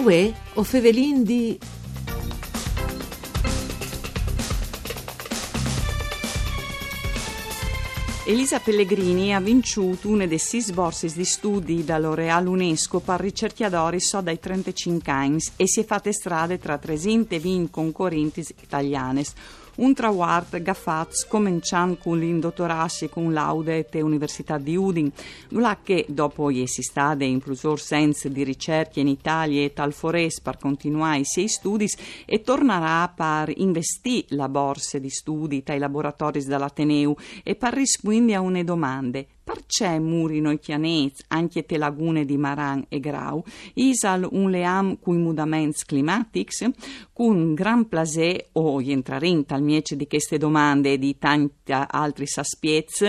Uè, o Fevelin di... Elisa Pellegrini ha vinto una delle 6 borse di studi dallo Real UNESCO per ricercatori dai 35 anni e si è fatta strada tra 320 concorrenti italiane. Un traguardo che ha fatto cominciando con l'indottorato con laude te Università di Udine, là che dopo essi stati in plus senso di ricerca in Italia e tal forest per continuare i 6 studi e tornerà per investire la borsa di studi tra i laboratori dell'Ateneu e per rispondere a une domande. Perché murino i pianeti, anche te lagune di Maran e Grau, isal un leam cui mudaments climatics, con gran plaisir o entrare in tal miece di queste domande e di tanti altri saspiez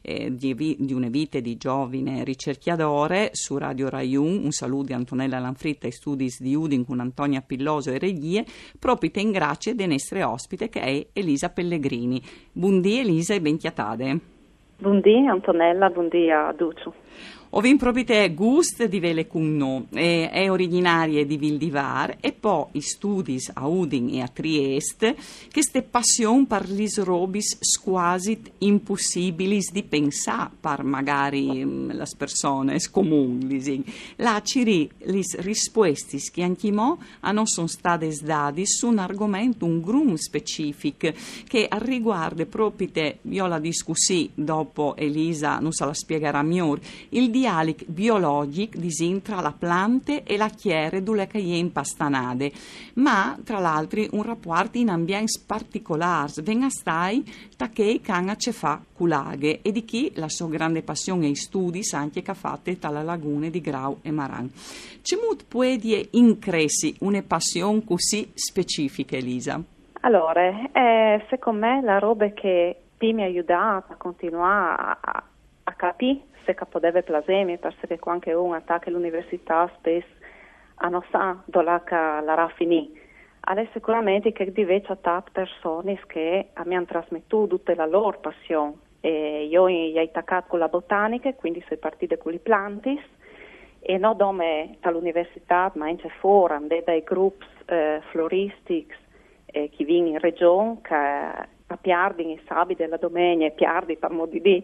di una vita di giovane ricercatore su Radio Rai 1. Un saluto di Antonella Lanfritta e studi di Udine con Antonia Pilloso e regie, proprio in grazie dei nostri ospite che è Elisa Pellegrini. Buondì Elisa e ben chiatade. Buondì Antonella, buondì a Duccio. Ovin proprio te gust di vele con no, è originaria di Vildivar e poi i studi a Udine e a Trieste che ste passione per lis robis quasi impossibili di pensare per magari le persone comuni. La ciri lis risposti che anche mo non sono state date su un argomento, un grum specifico che riguarda proprio te, io la discussi dopo Elisa, non se la spiegherà migliore, il dialogo biologico tra la plante e la chiere dove che è impastanade, ma tra l'altro un rapporto in ambienti particolari, venga stai da che canna ce fa culaghe e di chi la sua grande passione e studi anche che ha fatto tra lagune di Grau e Maran. C'è molto puede incressi una passione così specifica, Elisa? Allora, secondo me la roba che mi ha aiutato a continuare a capire se poteva piacermi, perché anche un attacco all'università spesso non sa dove la raffinì. Allora sicuramente che divece tante persone che mi hanno trasmesso tutta la loro passione. E io ho attaccato con la botanica, quindi sono partita con le piante, e non come all'università, ma anche fuori, dei gruppi floristici che vengono in regione, che a Piardi il sabato della domenica, Piardi per modo di dire,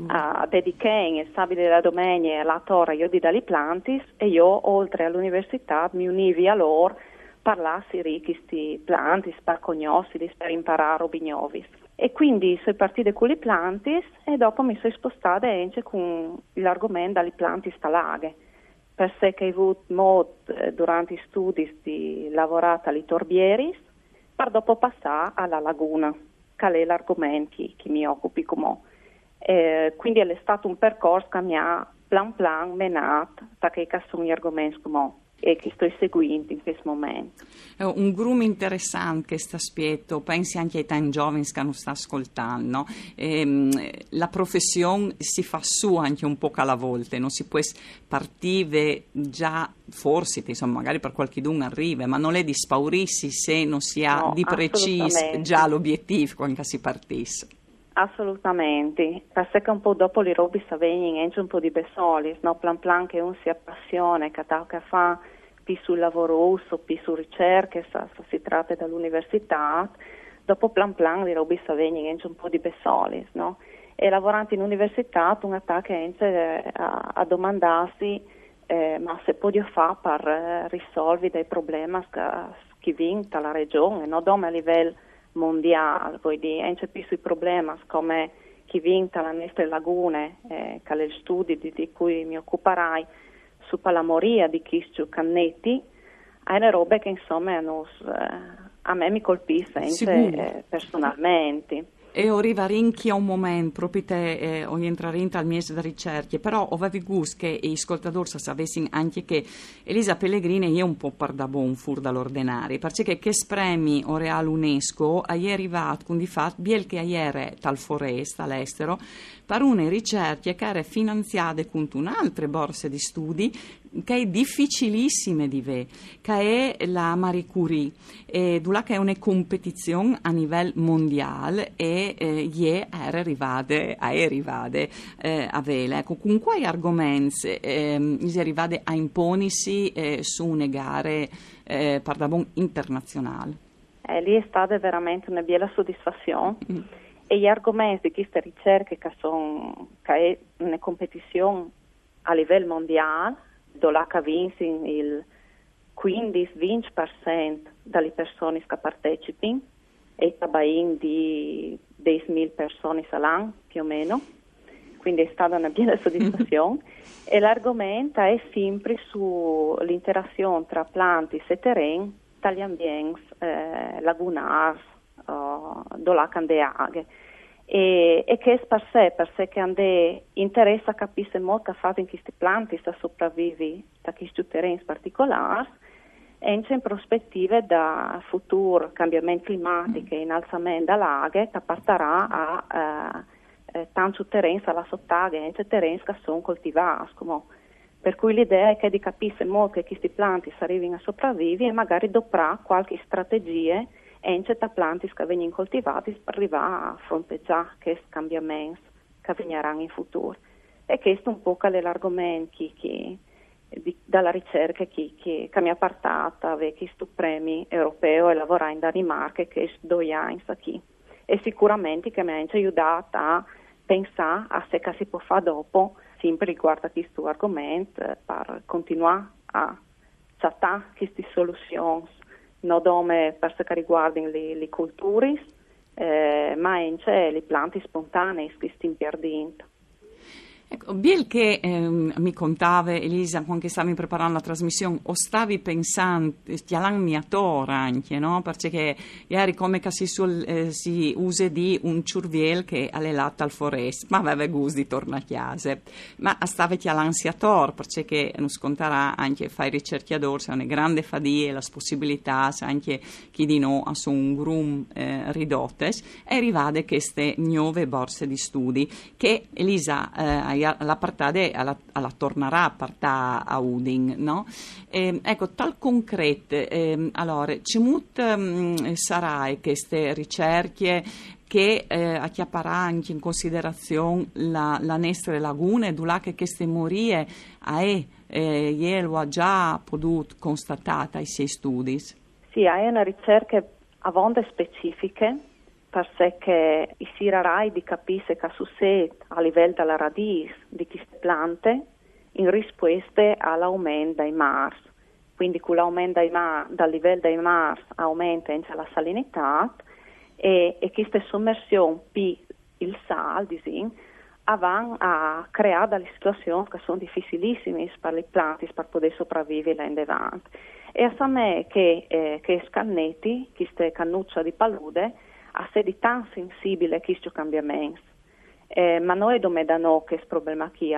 a dedicare il sabato della domenica alla torre io di dalle plantis e io oltre all'università mi univi a loro parlassi ricchi questi plantis per cognoscili, per imparare robignovis. E quindi sono partita con le plantis e dopo mi sono spostata anche con l'argomento dalle plantis talaghe, perché ho avuto modo durante i studi di lavorare alle torbieris per dopo passare alla laguna, che è l'argomento che mi occupi come. Quindi è stato un percorso che mi ha plan menato perché sono gli argomenti come e che sto seguendo in questo momento. È un groom interessante questo aspetto, pensi anche ai tanti giovani che non sta ascoltando. La professione si fa su anche un po' alla volta, non si può partire già, forse insomma magari per qualche d'un arriva, ma non è di spaurirsi se non si ha di preciso già l'obiettivo quando si partisse. Assolutamente, perché un po' dopo le robe si vengono anche un po' di besoli, no? Plan che uno si appassiona, che fa più sul lavoro uso, più su ricerche, se si tratta dall'università, dopo plan le robe si vengono anche un po' di besoli, no? E lavorando in università uno attacca anche a domandarsi ma se può fare per risolvere dei problemi che vengono dalla regione, no? Dove a livello mondiale, vuol dire, anche più sui problemi come chi vinta le nostre lagune, che è il studio di cui mi occuperai, su la moria di Chisciu Cannetti, è una roba che insomma a me mi colpisce anche personalmente. E arriva anche a un momento, proprio te, entrare in tal mese di ricerche, però avevi gusto che gli ascoltatori sapessero anche che Elisa Pellegrini è un po' per da buon fur dall'ordinare, perché che spremi o Real UNESCO è arrivato con di fatto, biel che ieri tal foresta all'estero, per una ricerca che era finanziata con un'altra borsa di studi che è difficilissime di vedere, che è la Marie Curie, che è una competizione a livello mondiale e è arrivate a vele. Ecco, con quali argomenti si arrivate a imponisi su una gare internazionale? Lì è stata veramente una bella soddisfazione. E gli argomenti di queste ricerche che è una competizione a livello mondiale, dove vince il 15-20% delle persone che partecipano e trabalhano di 10.000 persone all'anno più o meno, quindi è stata una bella soddisfazione. E l'argomento è sempre sull'interazione tra piante e terreni, dagli ambienti lagunari, dove le acque. E che per sé che ande interessa capire molto che fanno queste piante a sopravvivere da questi terreni particolari e in prospettive da futuro cambiamento climatico e innalzamento dell'acqua che porterà a tanti terreni alla sott'acqua e terreni che sono coltivati. Per cui l'idea è che di capire molto che queste piante arrivino a sopravvivere e magari doprà qualche strategia e da piante che vengono coltivate per arrivare a fronteggiare questi cambiamenti che avverranno in futuro. E questo è un po' l'argomento dalla ricerca che mi ha portato a avere questo premio europeo e lavorare in Danimarca che è 2 anni qui. E sicuramente che mi ha aiutato a pensare a se che si può fare dopo, sempre riguardo a questo argomento, per continuare a trattare queste soluzioni non solo per che riguardano le culture, ma anche le piante spontanee che stiamo perdendo. Ecco, Biel che mi contava Elisa quando stavi preparando la trasmissione, o stavi pensando, stialan mia tora anche, no? Perché ieri come che si usa di un ciurviel che è latta al forest, ma aveva gusto di tornare a casa. Ma stavi stialan sia tor, perché non scontarà anche fare ricerchiador, se è una grande fadia, la possibilità, se anche chi di no ha su un grum ridottes, e arrivate queste nuove borse di studi che Elisa la partade alla tornerà a partare a Udin, no? Ecco, tal concrete, allora, c'è sarai queste ricerche che acchiapparà anche in considerazione la nostre lagune, dove che queste morie lo ha già potuto constatare ai suoi studi? Sì, è una ricerca a volte specifiche, perché si rarai di capire che succede a livello della radice di queste piante in risposta all'aumento dei mari. Quindi con l'aumento dal livello dei mari aumenta anche la salinità e queste sommersioni il sale vanno a creare delle situazioni che sono difficilissime per le piante per poter sopravvivere là in davanti. E a me che scannetti, queste cannucce di palude, a sedi tan sensibile a questi cambiamenti. Ma noi dobbiamo che questo problema qui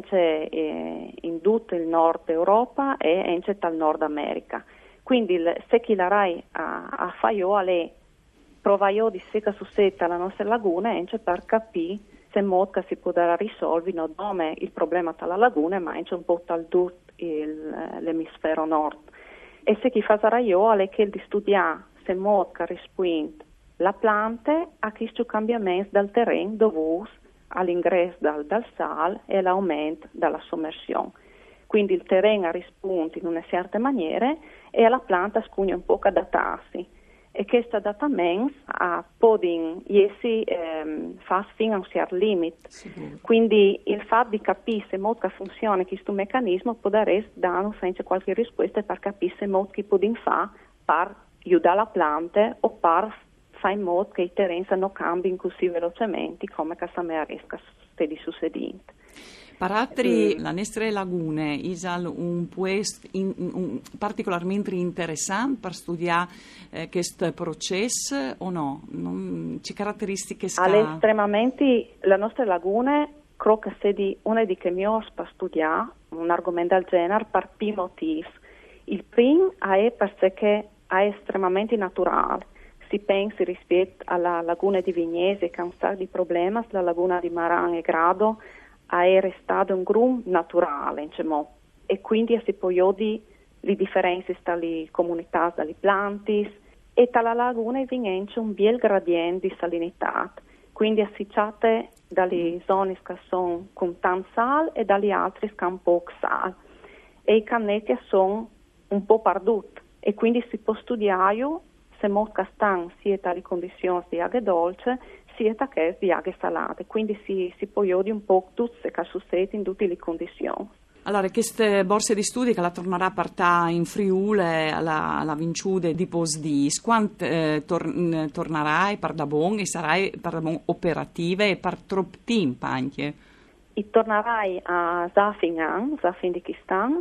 è in tutto il nord Europa e anche dal Nord America. Quindi se chi la Rai a fare prova io di se che succede alla nostra laguna anche per capire se modo che si può risolvere non dove il problema dalla laguna ma anche un po' dal tutto l'emisfero nord. E se chi fa io è che di studiare se modo che risponde la pianta a questi cambiamenti del terreno dovuti all'ingresso dal sale e all'aumento della sommersione. Quindi il terreno risponde in una certa maniera e la pianta scugna un po' adattarsi. E questo adattamento può essere fatto fino a un certo limite. Quindi il fatto di capire se modo che funziona questo meccanismo può dare senza qualche risposta per capire se modo che può fare per aiutare la pianta o per fa in modo che i terreni non cambino così velocemente come Cassamearesca sta succedendo. Per altri, la nostra lagune è un puesto particolarmente interessante per studiare questo processo o no? C'è caratteristiche Estremamente, la nostra laguna credo che sia una di che migliori per studiare un argomento del genere per più motivi. Il primo è perché è estremamente naturale. Si pensi rispetto alla laguna di Vignese che ha un sacco di problemi, la laguna di Maran e Grado è restato un grum naturale, e quindi si può vedere le differenze tra le comunità dalle piante e tra la laguna vince un bel gradiente di salinità, quindi assicciate dalle zone che sono con tanto sale e dalle altre che hanno poco sale. E i cannetti sono un po' perduti e quindi si può studiare se mosca stanno sia dalle condizioni di acqua dolce sia di acqua salate, quindi si può vedere un po' tutto ciò che succede in tutte le condizioni. Allora, queste borse di studi che la tornerà a partire in Friuli alla vinciude di Posdis, quando tornerai per da buon e sarai per da buon operative e per troppo tempo anche? E tornerai a Zafindikistan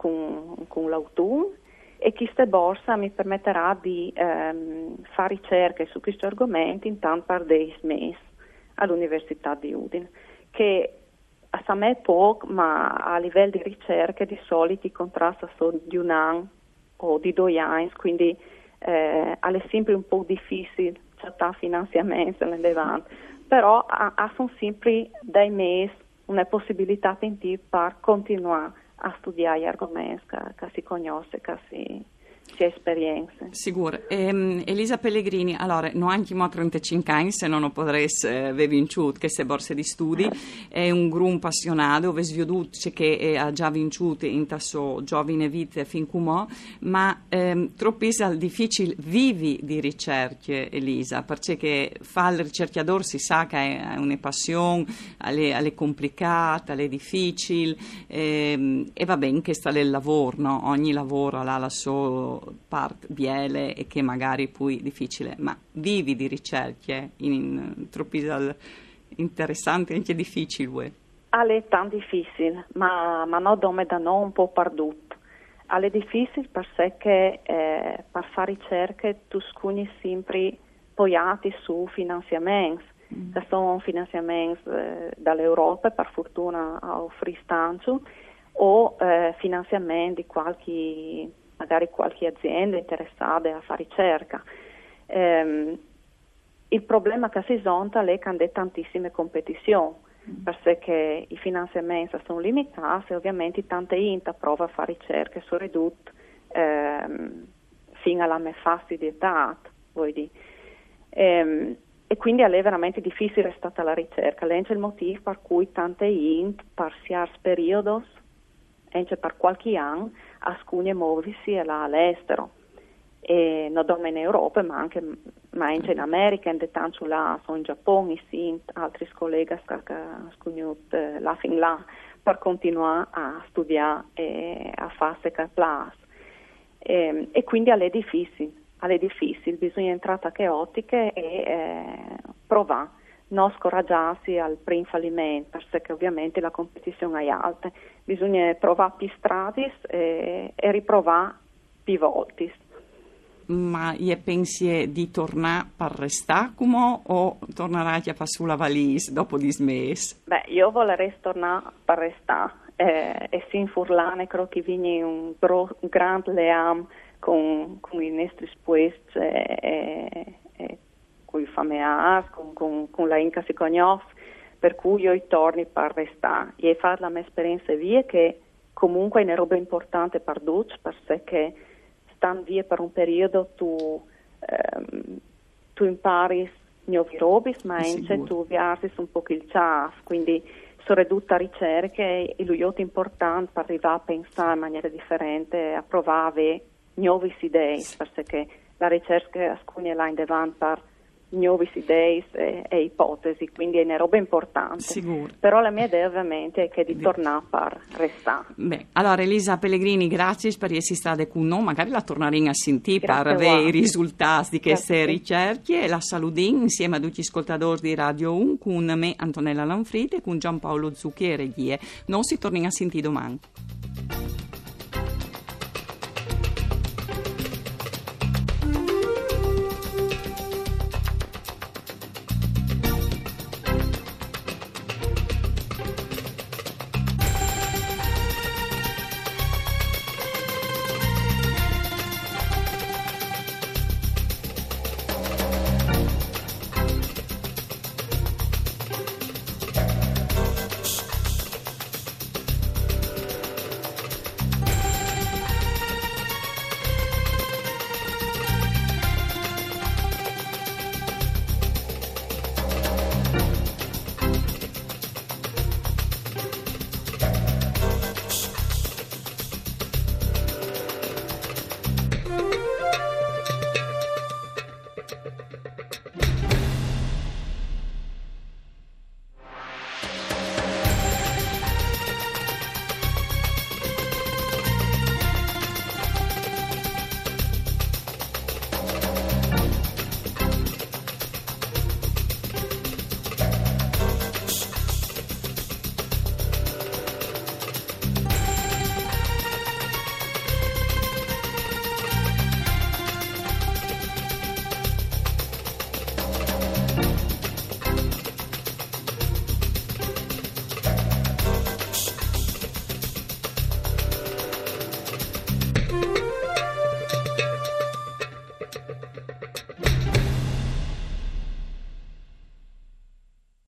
con l'autunno e questa borsa mi permetterà di fare ricerche su questi argomenti intanto per 10 mesi all'Università di Udine, che a me è poco, ma a livello di ricerche di solito contrasta solo di un anno o di 2 anni, quindi è sempre un po' difficile cercare finanziamenti nell'avanti, però sono sempre dei mesi una possibilità in più per continuare a studiare gli argomenti che si conosce, che si ha esperienze. Sicuro. Elisa Pellegrini, allora, non anche mo 35 anni se non potresti aver vinciuto queste borse di studi, è un gruppo appassionato, dove sviodute che ha già vinciuto in tasso giovane vita fin come, ma troppo è difficile vivi di ricerche, Elisa, perché fare il ricercatore si sa che è una passione, è complicata, è difficile, e va bene che sta il lavoro, no? Ogni lavoro ha la sua parte biele e che magari poi è difficile, ma vivi di ricerche in troppo interessante e anche difficile. È tanto difficile, ma non dome da noi un po' perduto. È difficile perché per fare ricerche tu scugni sempre poggiati su finanziamenti, che sono finanziamenti dall'Europa, per fortuna a offrire stancio, o finanziamenti di magari qualche azienda interessata a fare ricerca. Il problema che si sonta è che hanno tantissime competizioni, perché i finanziamenti sono limitati e ovviamente tante gente prova a fare ricerche sono ridotte fino alla fase di età, vuoi dire. E quindi è veramente difficile stata la ricerca, è il motivo per cui tante gente per certi periodi, anche per qualche anno, a scugne muoversi all'estero, e non solo in Europa ma anche in America, in tanto là sono in Giappone, sì, altri colleghi che hanno là fin là per continuare a studiare e a fare classe. E quindi è difficile, bisogna entrare chaotiche e provare. Non scoraggiarsi al primo fallimento, perché ovviamente la competizione è alta. Bisogna provare più strade e riprovare più volte. Ma pensi di tornare per restare o tornerai a fare sulla valise dopo di smesi? Beh, io vorrei tornare per restare. E sin Furlane credo che viene un grande leame con i nostri sposti con i familiari, con la Inca si conosce, per cui io torno per restare e fare la mia esperienza via, che comunque è una roba importante per tutti, perché stando via per un periodo tu impari nuovi robe, ma anche tu viaggi un po' il ciaf, quindi sono ridotta a ricerche e lo è importante per arrivare a pensare in maniera differente, a provare a avere nuove idee, perché la ricerca è là in davanti per nuove idee e ipotesi, quindi è una roba importante. Sicuro. Però la mia idea ovviamente è che di tornare per restare. Beh, allora Elisa Pellegrini, grazie per essere stata con noi, magari la torneremo a sentire per avere i risultati di queste ricerche e la saludin insieme a tutti gli ascoltatori di Radio 1 con me Antonella Lanfride e con Giampaolo Zucchiere. Non si torna a sentire domani.